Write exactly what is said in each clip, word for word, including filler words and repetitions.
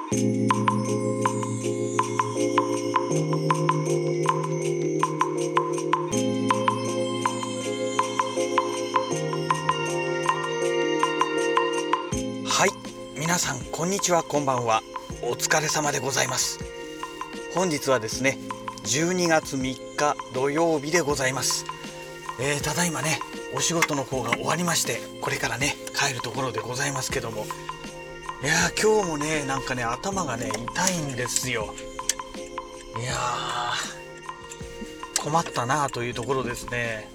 はい、皆さんこんにちは、こんばんは。お疲れ様でございます。本日はですね、じゅうにがつみっか土曜日でございます。えー、ただいまね、お仕事の方が終わりまして、これからね帰るところでございますけども、いやー今日もねなんかね頭がね痛いんですよ。いやー困ったなというところですね。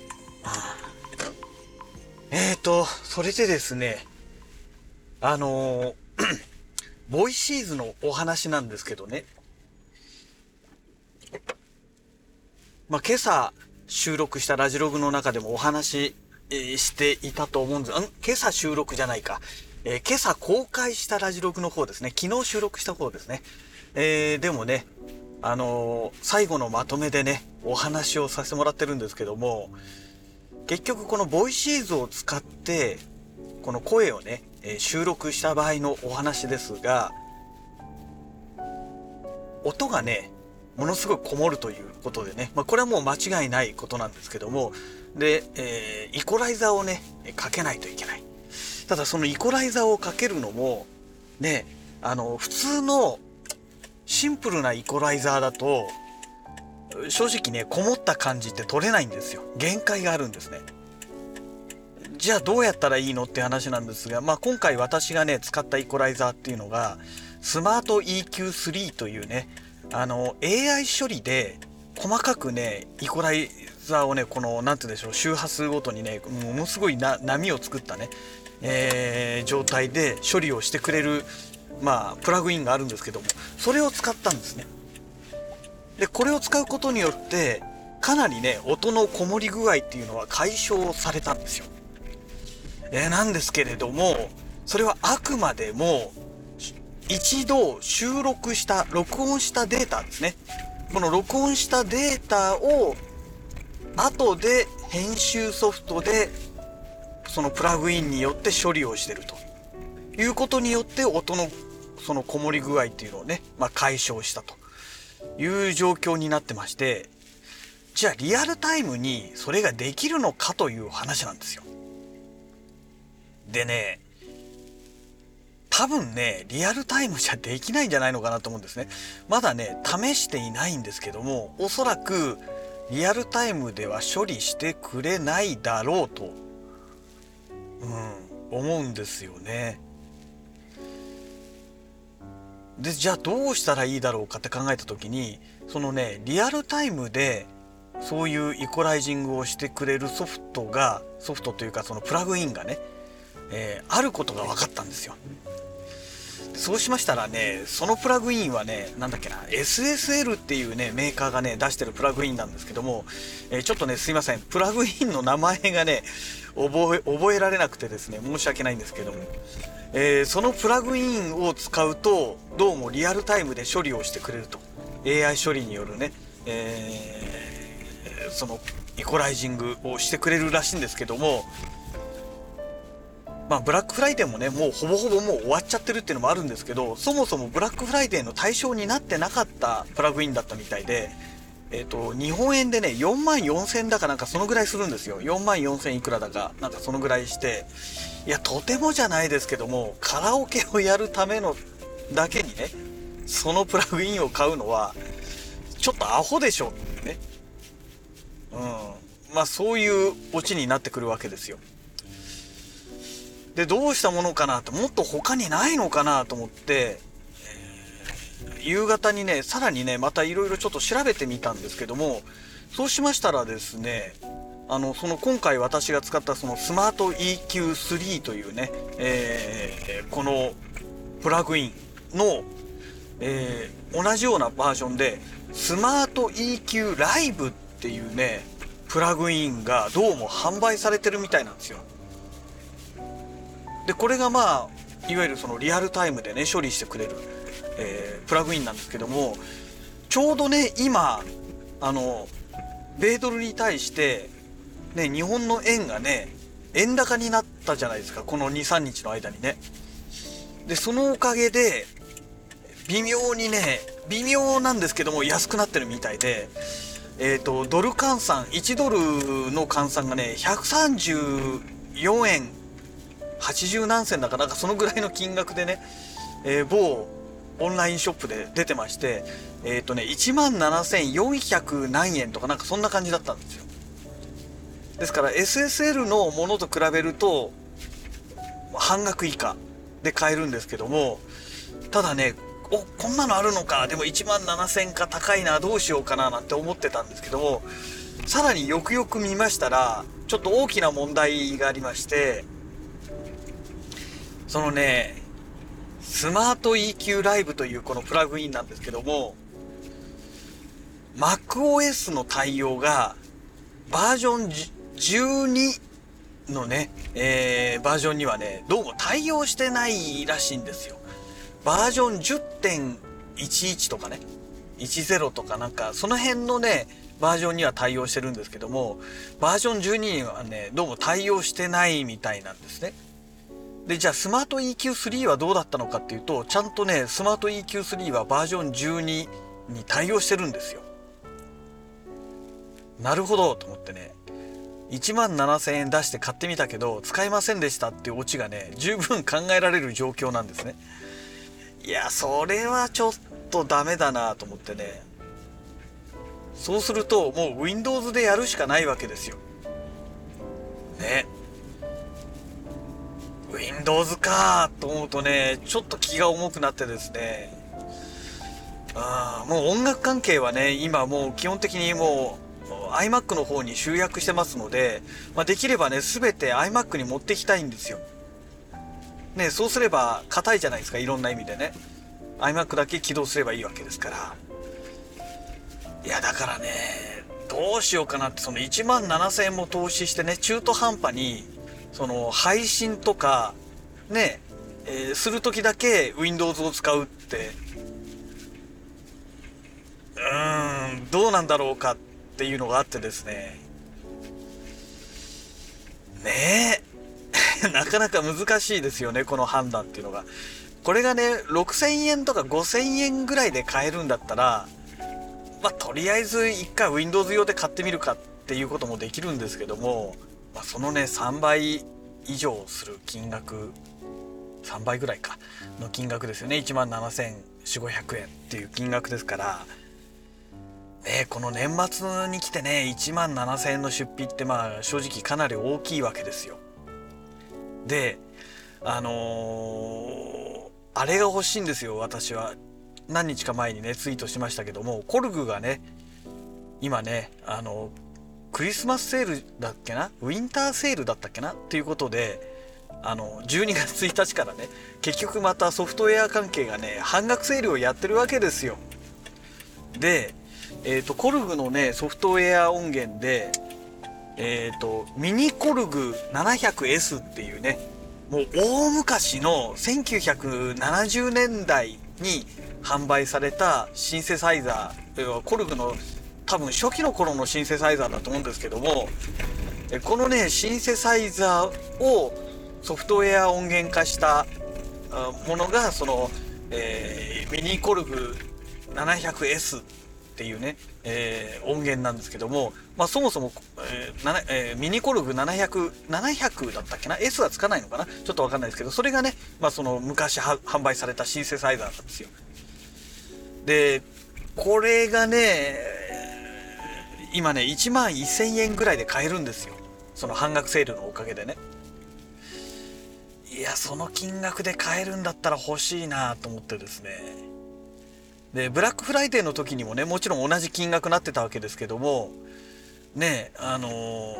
えーとそれでですね、あのー、ボイシーズのお話なんですけどね、まあ、今朝収録したラジログの中でもお話、えーしていたと思うんです。ん今朝収録じゃないか、えー、今朝公開したラジログの方ですね。昨日収録した方ですね。えー、でもね、あのー、最後のまとめでね、お話をさせてもらってるんですけども、結局このボイシーズを使って、この声をね、えー、収録した場合のお話ですが、音がね、ものすごいこもるということでね、まあ、これはもう間違いないことなんですけども、で、えー、イコライザーをねかけないといけない。ただそのイコライザーをかけるのもね、あの普通のシンプルなイコライザーだと正直ねこもった感じって取れないんですよ。限界があるんですね。じゃあどうやったらいいのって話なんですが、まあ、今回私がね使ったイコライザーっていうのがスマート イーキュースリー というね、あの エーアイ 処理で細かくねイコライザーをねこのなんて言うんでしょう、周波数ごとにねものすごいな波を作ったね、えー、状態で処理をしてくれる、まあプラグインがあるんですけども、それを使ったんですね。でこれを使うことによってかなりね音のこもり具合っていうのは解消されたんですよ。えー、なんですけれども、それはあくまでも一度収録した録音したデータですね。この録音したデータを後で編集ソフトでそのプラグインによって処理をしてるということによって音のそのこもり具合っていうのをね、まあ、解消したという状況になってまして、じゃあリアルタイムにそれができるのかという話なんですよ。でね、多分ねリアルタイムじゃできないんじゃないのかなと思うんですね。まだね試していないんですけども、おそらくリアルタイムでは処理してくれないだろうと、うん、思うんですよね。でじゃあどうしたらいいだろうかって考えた時に、そのねリアルタイムでそういうイコライジングをしてくれるソフトがソフトというかそのプラグインがね、えー、あることが分かったんですよ。そうしましたらね、そのプラグインはね、なんだっけな、エスエスエル っていうね、メーカーがね、出してるプラグインなんですけども、えー、ちょっとね、すいません、プラグインの名前がね、覚え、覚えられなくてですね、申し訳ないんですけども、えー、そのプラグインを使うと、どうもリアルタイムで処理をしてくれると。エーアイ 処理によるね、えー、そのイコライジングをしてくれるらしいんですけども、まあ、ブラックフライデーもねもうほぼほぼもう終わっちゃってるっていうのもあるんですけど、そもそもブラックフライデーの対象になってなかったプラグインだったみたいで、えっと日本円でねよんまんよんせんだかなんかそのぐらいするんですよ。よんまんよんせんいくらだかなんかそのぐらいして、いやとてもじゃないですけどもカラオケをやるためのだけにねそのプラグインを買うのはちょっとアホでしょってね、うん、まあそういうオチになってくるわけですよ。でどうしたものかなと、もっと他にないのかなと思って、えー、夕方にねさらにねまたいろいろちょっと調べてみたんですけども、そうしましたらですね、あのその今回私が使ったそのスマート イーキュースリー というね、えー、このプラグインの、えー、同じようなバージョンでスマート イーキュー ライブっていうねプラグインがどうも販売されてるみたいなんですよ。でこれがまあいわゆるそのリアルタイムでね処理してくれる、えー、プラグインなんですけども、ちょうどね今あの米ドルに対してね日本の円がね円高になったじゃないですか、この にさんにちの間にね。でそのおかげで微妙にね微妙なんですけども安くなってるみたいで、えーとドル換算いちドルの換算がねひゃくさんじゅうよえんはちじゅう何銭だかなんかそのぐらいの金額でね、えー、某オンラインショップで出てまして、えっとねいちまんななせんよんひゃく何円とかなんかそんな感じだったんですよ。ですから エスエスエル のものと比べると半額以下で買えるんですけども、ただねおこんなのあるのか、でもいちまんななせんか高いな、どうしようかななんて思ってたんですけども、さらによくよく見ましたらちょっと大きな問題がありまして、そのねスマート イーキュー ライブというこのプラグインなんですけども、 MacOS の対応がバージョンじゅうにのね、えー、バージョンにはねどうも対応してないらしいんですよ。バージョン じゅってんいちいち とかねじゅうとかなんかその辺のねバージョンには対応してるんですけども、バージョンじゅうににはねどうも対応してないみたいなんですね。でじゃあスマート イーキュースリー はどうだったのかっていうと、ちゃんとねスマート イーキュースリー はバージョンじゅうにに対応してるんですよ。なるほどと思ってね、いちまんななせんえん出して買ってみたけど使えませんでしたっていうオチがね十分考えられる状況なんですね。いやそれはちょっとダメだなと思ってね、そうするともう Windows でやるしかないわけですよね。 Windows かと思うとねちょっと気が重くなってですね、あもう音楽関係はね今もう基本的にもう iMac の方に集約してますので、まあ、できればね全て iMac に持っていきたいんですよね。そうすれば硬いじゃないですか、いろんな意味でね iMac だけ起動すればいいわけですから。いやだからねどうしようかなって、そのいちまんななせんえんも投資してね中途半端にその配信とかね、えー、する時だけ Windows を使うってうーんどうなんだろうかっていうのがあってですね、ねえなかなか難しいですよねこの判断っていうのが。これがねろくせんえんとかごせんえんぐらいで買えるんだったら、まあとりあえず一回 Windows 用で買ってみるかっていうこともできるんですけども、まあ、そのねさんばい以上する金額、さんばいぐらいかの金額ですよね。いちまんななせんよんひゃくごひゃくえんっていう金額ですからね、この年末に来てねいちまんななせんえんの出費ってまあ正直かなり大きいわけですよ。であのー、あれが欲しいんですよ私は。何日か前にねツイートしましたけども、コルグがね今ねあのクリスマスセールだっけな、ウィンターセールだったっけなっていうことで、あのじゅうにがつついたちからね結局またソフトウェア関係がね半額セールをやってるわけですよ。でえーとコルグのねソフトウェア音源でえーとミニコルグ ななひゃくエス っていうねもう大昔のせんきゅうひゃくななじゅうねんだいに販売されたシンセサイザー、コルグの多分初期の頃のシンセサイザーだと思うんですけども、このねシンセサイザーをソフトウェア音源化したものがその、えー、ミニコルグ ななひゃくエス っていうね、えー、音源なんですけども、まあ、そもそも、えーえー、ミニコルグななひゃく、ななひゃくだったっけな、 S はつかないのかな、ちょっとわかんないですけど、それがね、まあ、その昔販売されたシンセサイザーなんですよ。でこれがね今ねいちまんせんえんぐらいで買えるんですよ、その半額セールのおかげでね。いやその金額で買えるんだったら欲しいなと思ってですね。でブラックフライデーの時にもねもちろん同じ金額になってたわけですけどもね、あのー、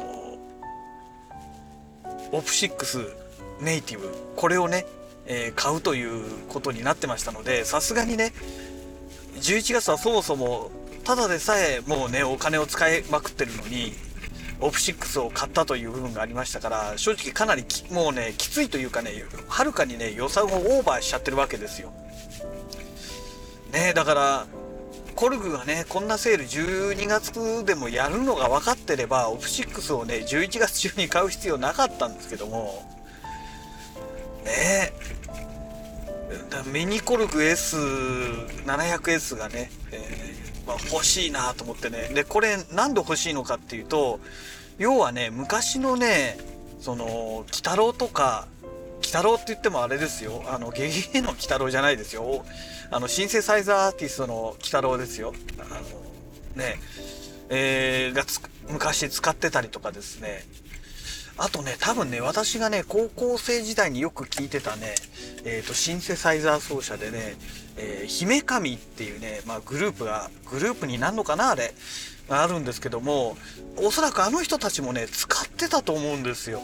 オプシックスネイティブこれをね、えー、買うということになってましたので、さすがにねじゅういちがつはそもそもただでさえもうねお金を使いまくってるのにオプシックスを買ったという部分がありましたから、正直かなりきもうねきついというかねはるかにね予算をオーバーしちゃってるわけですよね。だからコルグがねこんなセールじゅうにがつでもやるのが分かってればオプシックスをねじゅういちがつ中に買う必要なかったんですけどもねメニコルグ エスななひゃくエス がね、えーまあ、欲しいなと思ってね。でこれなんで欲しいのかっていうと、要はね昔のねその鬼太郎とか、鬼太郎って言ってもあれですよ、あのゲゲゲの鬼太郎じゃないですよ、あのシンセサイザーアーティストの鬼太郎ですよ。あのねえー、がつ昔使ってたりとかですね。あとね多分ね私がね高校生時代によく聴いてたね、えーとシンセサイザー奏者でね、えー、姫神っていうね、まあ、グループがグループになるのかなあれあるんですけども、おそらくあの人たちもね使ってたと思うんですよ。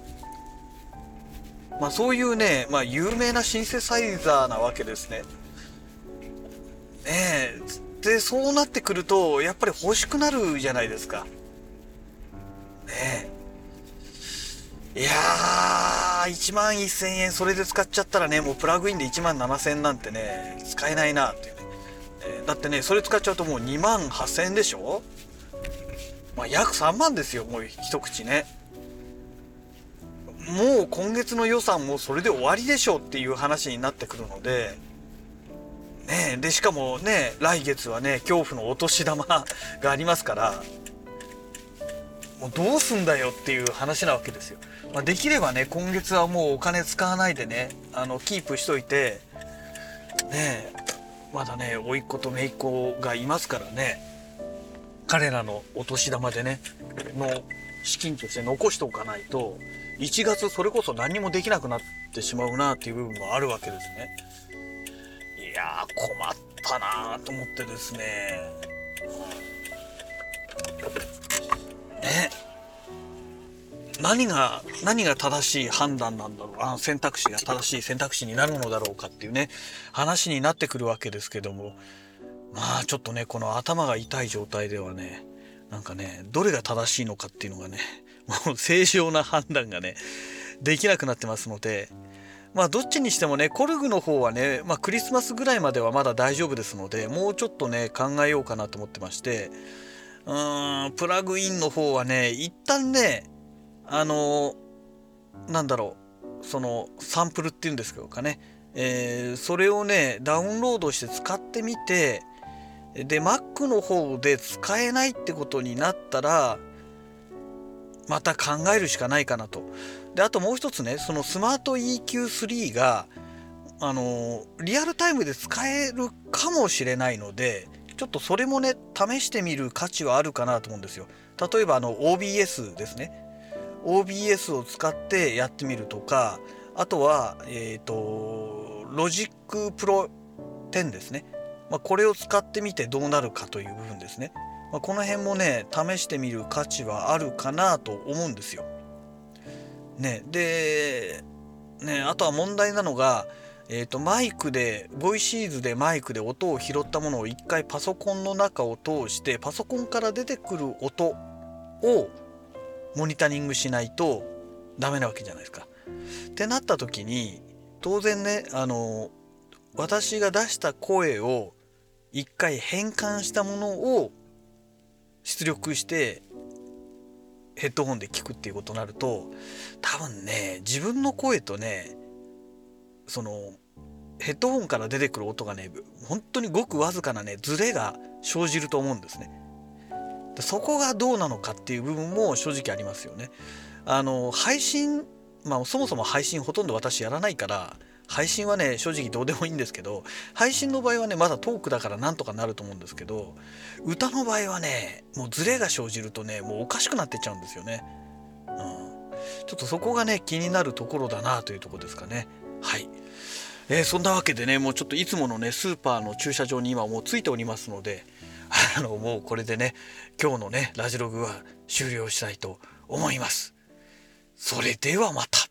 まあそういうね、まあ、有名なシンセサイザーなわけですね。ねえでそうなってくるとやっぱり欲しくなるじゃないですか。ねえいやーいちまんせんえんそれで使っちゃったらね、もうプラグインでいちまんななせんえんなんてね使えないなっていうね。えーだってねそれ使っちゃうともうにまんはっせんえんでしょ。まあ約さんまんですよ、もう一口ね。もう今月の予算もそれで終わりでしょっていう話になってくるので、ねえ、でしかもね来月はね恐怖のお年玉がありますから、もうどうすんだよっていう話なわけですよ。まあ、できればね今月はもうお金使わないでね、あのキープしといてねえ、まだね甥っ子と姪っ子がいますからね、彼らのお年玉でねの資金として残しておかないといちがつそれこそ何もできなくなってしまうなっていう部分もあるわけですね。いやー困ったなーと思ってですね。ね、何が何が正しい判断なんだろう、あの選択肢が正しい選択肢になるのだろうかっていうね話になってくるわけですけども、まあちょっとねこの頭が痛い状態ではね、なんかねどれが正しいのかっていうのがねもう正常な判断がねできなくなってますので、まあどっちにしてもねコルグの方はね、まあ、クリスマスぐらいまではまだ大丈夫ですので、もうちょっとね考えようかなと思ってまして、うーんプラグインの方はね一旦ねあのなんだろう、そのサンプルっていうんですかね、えーそれをねダウンロードして使ってみて、で Mac の方で使えないってことになったらまた考えるしかないかなと。であともう一つね、そのスマート イーキュースリー があのリアルタイムで使えるかもしれないので、ちょっとそれもね試してみる価値はあるかなと思うんですよ。例えばあの オービーエス ですね、 オービーエス を使ってやってみるとか、あとはえっとロジックプロテンですね、まあ、これを使ってみてどうなるかという部分ですね。まあ、この辺もね試してみる価値はあるかなと思うんですよ。ね、で、ね、あとは問題なのが、えーと、マイクで、ボイシーズでマイクで音を拾ったものを一回パソコンの中を通して、パソコンから出てくる音をモニタリングしないとダメなわけじゃないですか。ってなった時に、当然ね、あの、私が出した声を一回変換したものを出力してヘッドホンで聞くっていうことになると、多分ね自分の声とねそのヘッドホンから出てくる音がね本当にごくわずかなねズレが生じると思うんですね。そこがどうなのかっていう部分も正直ありますよね。あの配信、まあそもそも配信ほとんど私やらないから配信はね正直どうでもいいんですけど、配信の場合はねまだトークだからなんとかなると思うんですけど、歌の場合はねもうズレが生じるとねもうおかしくなってっちゃうんですよね。うん、ちょっとそこがね気になるところだなというところですかね。はい、えー、そんなわけでねもうちょっといつものねスーパーの駐車場に今もうついておりますので、あのもうこれでね今日のねラジログは終了したいと思います。それではまた。